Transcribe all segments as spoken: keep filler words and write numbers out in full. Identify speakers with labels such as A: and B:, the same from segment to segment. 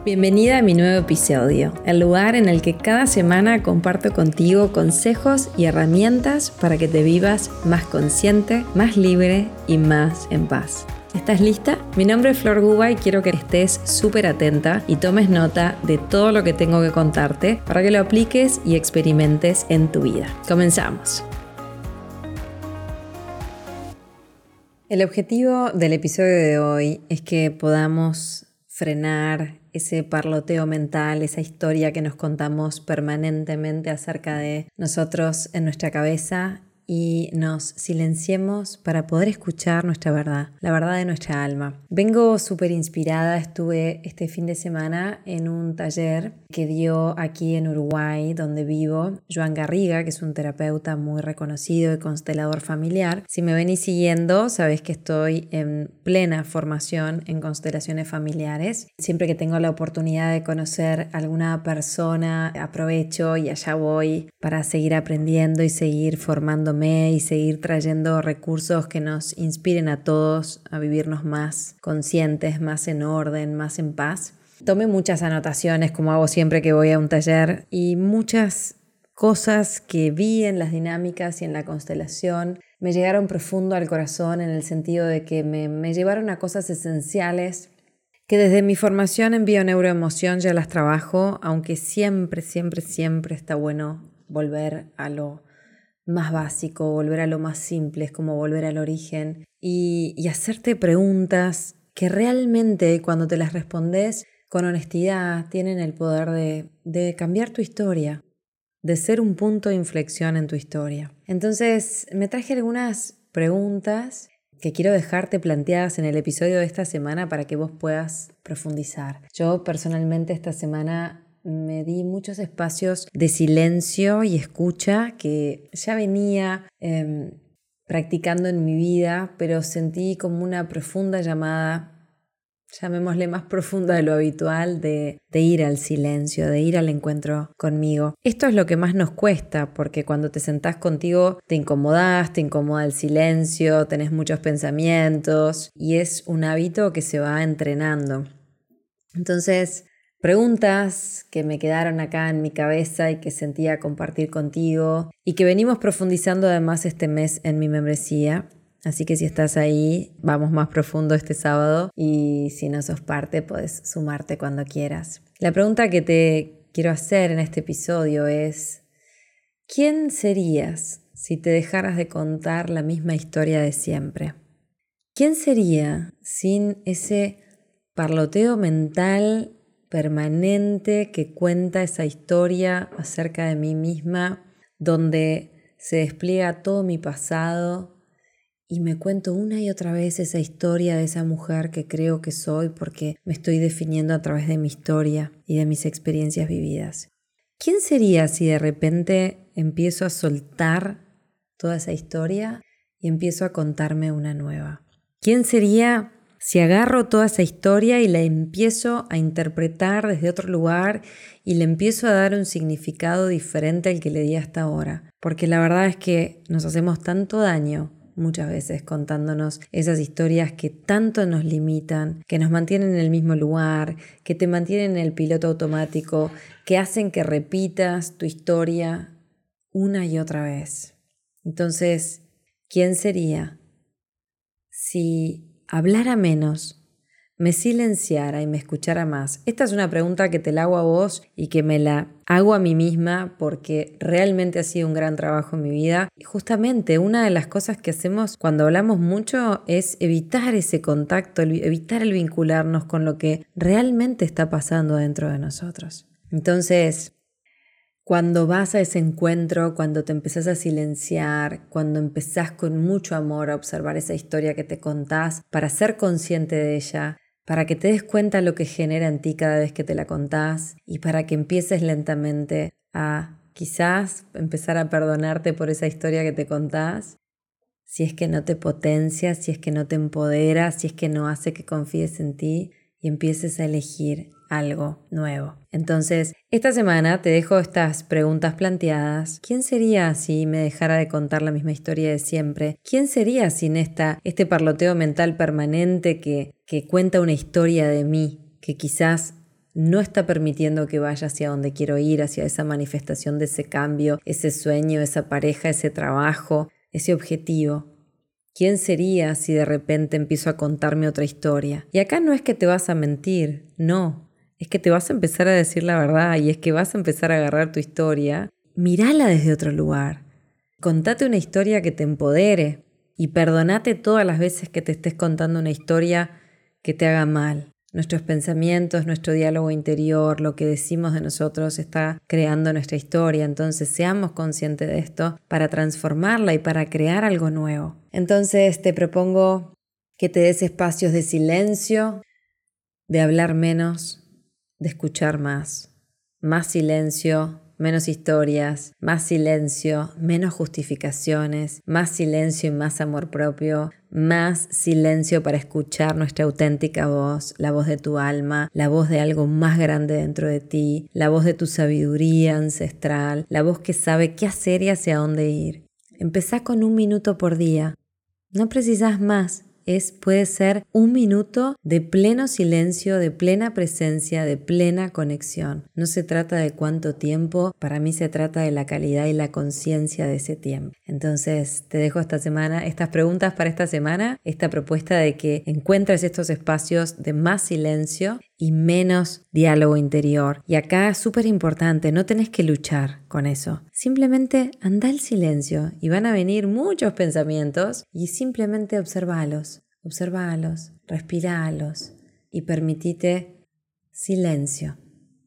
A: Bienvenida a mi nuevo episodio, el lugar en el que cada semana comparto contigo consejos y herramientas para que te vivas más consciente, más libre y más en paz. ¿Estás lista? Mi nombre es Flor Guba y quiero que estés súper atenta y tomes nota de todo lo que tengo que contarte para que lo apliques y experimentes en tu vida. Comenzamos. El objetivo del episodio de hoy es que podamos frenar ese parloteo mental, esa historia que nos contamos permanentemente acerca de nosotros en nuestra cabeza y nos silenciemos para poder escuchar nuestra verdad, la verdad de nuestra alma. Vengo súper inspirada, estuve este fin de semana en un taller que dio aquí en Uruguay, donde vivo, Joan Garriga, que es un terapeuta muy reconocido y constelador familiar. Si me venís siguiendo, sabés que estoy en plena formación en constelaciones familiares. Siempre que tengo la oportunidad de conocer a alguna persona, aprovecho y allá voy para seguir aprendiendo y seguir formándome y seguir trayendo recursos que nos inspiren a todos a vivirnos más conscientes, más en orden, más en paz. Tomé muchas anotaciones, como hago siempre que voy a un taller, y muchas cosas que vi en las dinámicas y en la constelación me llegaron profundo al corazón, en el sentido de que me, me llevaron a cosas esenciales que desde mi formación en bioneuroemoción ya las trabajo, aunque siempre, siempre, siempre está bueno volver a lo más básico, volver a lo más simple, es como volver al origen y, y hacerte preguntas que realmente cuando te las respondes con honestidad tienen el poder de, de cambiar tu historia, de ser un punto de inflexión en tu historia. Entonces me traje algunas preguntas que quiero dejarte planteadas en el episodio de esta semana para que vos puedas profundizar. Yo personalmente esta semana me di muchos espacios de silencio y escucha que ya venía eh, practicando en mi vida, pero sentí como una profunda llamada, llamémosle más profunda de lo habitual, de, de ir al silencio, de ir al encuentro conmigo. Esto es lo que más nos cuesta, porque cuando te sentás contigo te incomodás, te incomoda el silencio, tenés muchos pensamientos y es un hábito que se va entrenando. Entonces, preguntas que me quedaron acá en mi cabeza y que sentía compartir contigo y que venimos profundizando además este mes en mi membresía. Así que si estás ahí, vamos más profundo este sábado y si no sos parte, podés sumarte cuando quieras. La pregunta que te quiero hacer en este episodio es: ¿quién serías si te dejaras de contar la misma historia de siempre? ¿Quién sería sin ese parloteo mental permanente que cuenta esa historia acerca de mí misma, donde se despliega todo mi pasado y me cuento una y otra vez esa historia de esa mujer que creo que soy porque me estoy definiendo a través de mi historia y de mis experiencias vividas? ¿Quién sería si de repente empiezo a soltar toda esa historia y empiezo a contarme una nueva? ¿Quién sería si agarro toda esa historia y la empiezo a interpretar desde otro lugar y le empiezo a dar un significado diferente al que le di hasta ahora? Porque la verdad es que nos hacemos tanto daño muchas veces contándonos esas historias que tanto nos limitan, que nos mantienen en el mismo lugar, que te mantienen en el piloto automático, que hacen que repitas tu historia una y otra vez. Entonces, ¿quién sería si hablara menos, me silenciara y me escuchara más? Esta es una pregunta que te la hago a vos y que me la hago a mí misma porque realmente ha sido un gran trabajo en mi vida. Y justamente una de las cosas que hacemos cuando hablamos mucho es evitar ese contacto, evitar el vincularnos con lo que realmente está pasando dentro de nosotros. Entonces, cuando vas a ese encuentro, cuando te empezás a silenciar, cuando empezás con mucho amor a observar esa historia que te contás, para ser consciente de ella, para que te des cuenta lo que genera en ti cada vez que te la contás y para que empieces lentamente a quizás empezar a perdonarte por esa historia que te contás, si es que no te potencia, si es que no te empodera, si es que no hace que confíes en ti y empieces a elegir algo nuevo. Entonces, esta semana te dejo estas preguntas planteadas. ¿Quién sería si me dejara de contar la misma historia de siempre? ¿Quién sería sin esta, este parloteo mental permanente que, que cuenta una historia de mí, que quizás no está permitiendo que vaya hacia donde quiero ir, hacia esa manifestación de ese cambio, ese sueño, esa pareja, ese trabajo, ese objetivo. ¿Quién sería si de repente empiezo a contarme otra historia? Y acá no es que te vas a mentir, no. Es que te vas a empezar a decir la verdad y es que vas a empezar a agarrar tu historia. Mírala desde otro lugar. Contate una historia que te empodere y perdonate todas las veces que te estés contando una historia que te haga mal. Nuestros pensamientos, nuestro diálogo interior, lo que decimos de nosotros está creando nuestra historia. Entonces seamos conscientes de esto para transformarla y para crear algo nuevo. Entonces te propongo que te des espacios de silencio, de hablar menos, de escuchar más. Más silencio, menos historias, más silencio, menos justificaciones, más silencio y más amor propio, más silencio para escuchar nuestra auténtica voz, la voz de tu alma, la voz de algo más grande dentro de ti, la voz de tu sabiduría ancestral, la voz que sabe qué hacer y hacia dónde ir. Empezá con un minuto por día. No precisas más. Es, puede ser un minuto de pleno silencio, de plena presencia, de plena conexión. No se trata de cuánto tiempo, para mí se trata de la calidad y la conciencia de ese tiempo. Entonces te dejo esta semana, estas preguntas para esta semana, esta propuesta de que encuentres estos espacios de más silencio y menos diálogo interior. Y acá es súper importante, no tenés que luchar con eso. Simplemente anda al silencio y van a venir muchos pensamientos y simplemente observalos, observalos, respiralos y permitite silencio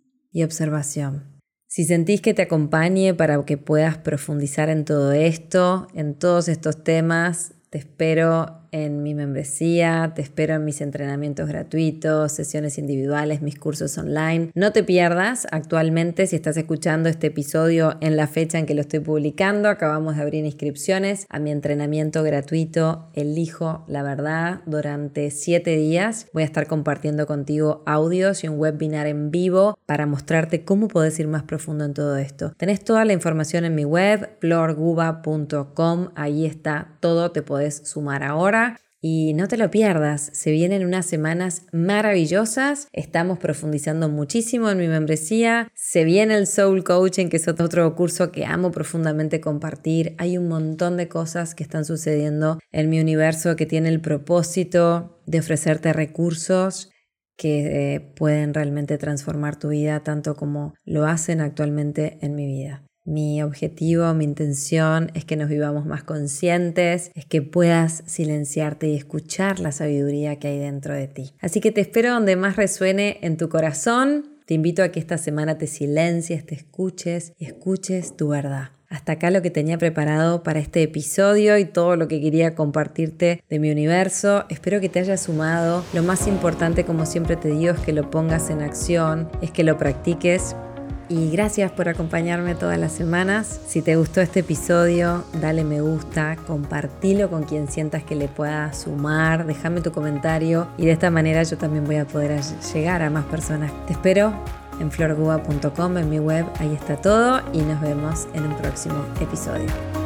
A: y observación. Si sentís que te acompañe para que puedas profundizar en todo esto, en todos estos temas, te espero en mi membresía, te espero en mis entrenamientos gratuitos, sesiones individuales, mis cursos online. No te pierdas, actualmente si estás escuchando este episodio en la fecha en que lo estoy publicando, acabamos de abrir inscripciones a mi entrenamiento gratuito Elijo la Verdad. Durante siete días voy a estar compartiendo contigo audios y un webinar en vivo para mostrarte cómo podés ir más profundo en todo esto. Tenés toda la información en mi web, flor guba punto com, ahí está todo, te podés sumar ahora. Y no te lo pierdas, se vienen unas semanas maravillosas, estamos profundizando muchísimo en mi membresía, se viene el Soul Coaching, que es otro curso que amo profundamente compartir. Hay un montón de cosas que están sucediendo en mi universo que tiene el propósito de ofrecerte recursos que eh, pueden realmente transformar tu vida tanto como lo hacen actualmente en mi vida. Mi objetivo, mi intención es que nos vivamos más conscientes, es que puedas silenciarte y escuchar la sabiduría que hay dentro de ti. Así que te espero donde más resuene en tu corazón. Te invito a que esta semana te silencies, te escuches y escuches tu verdad. Hasta acá lo que tenía preparado para este episodio y todo lo que quería compartirte de mi universo. Espero que te haya sumado. Lo más importante, como siempre te digo, es que lo pongas en acción, es que lo practiques. Y gracias por acompañarme todas las semanas. Si te gustó este episodio, dale me gusta, compartilo con quien sientas que le pueda sumar, déjame tu comentario y de esta manera yo también voy a poder llegar a más personas. Te espero en flor guba punto com, en mi web, ahí está todo y nos vemos en un próximo episodio.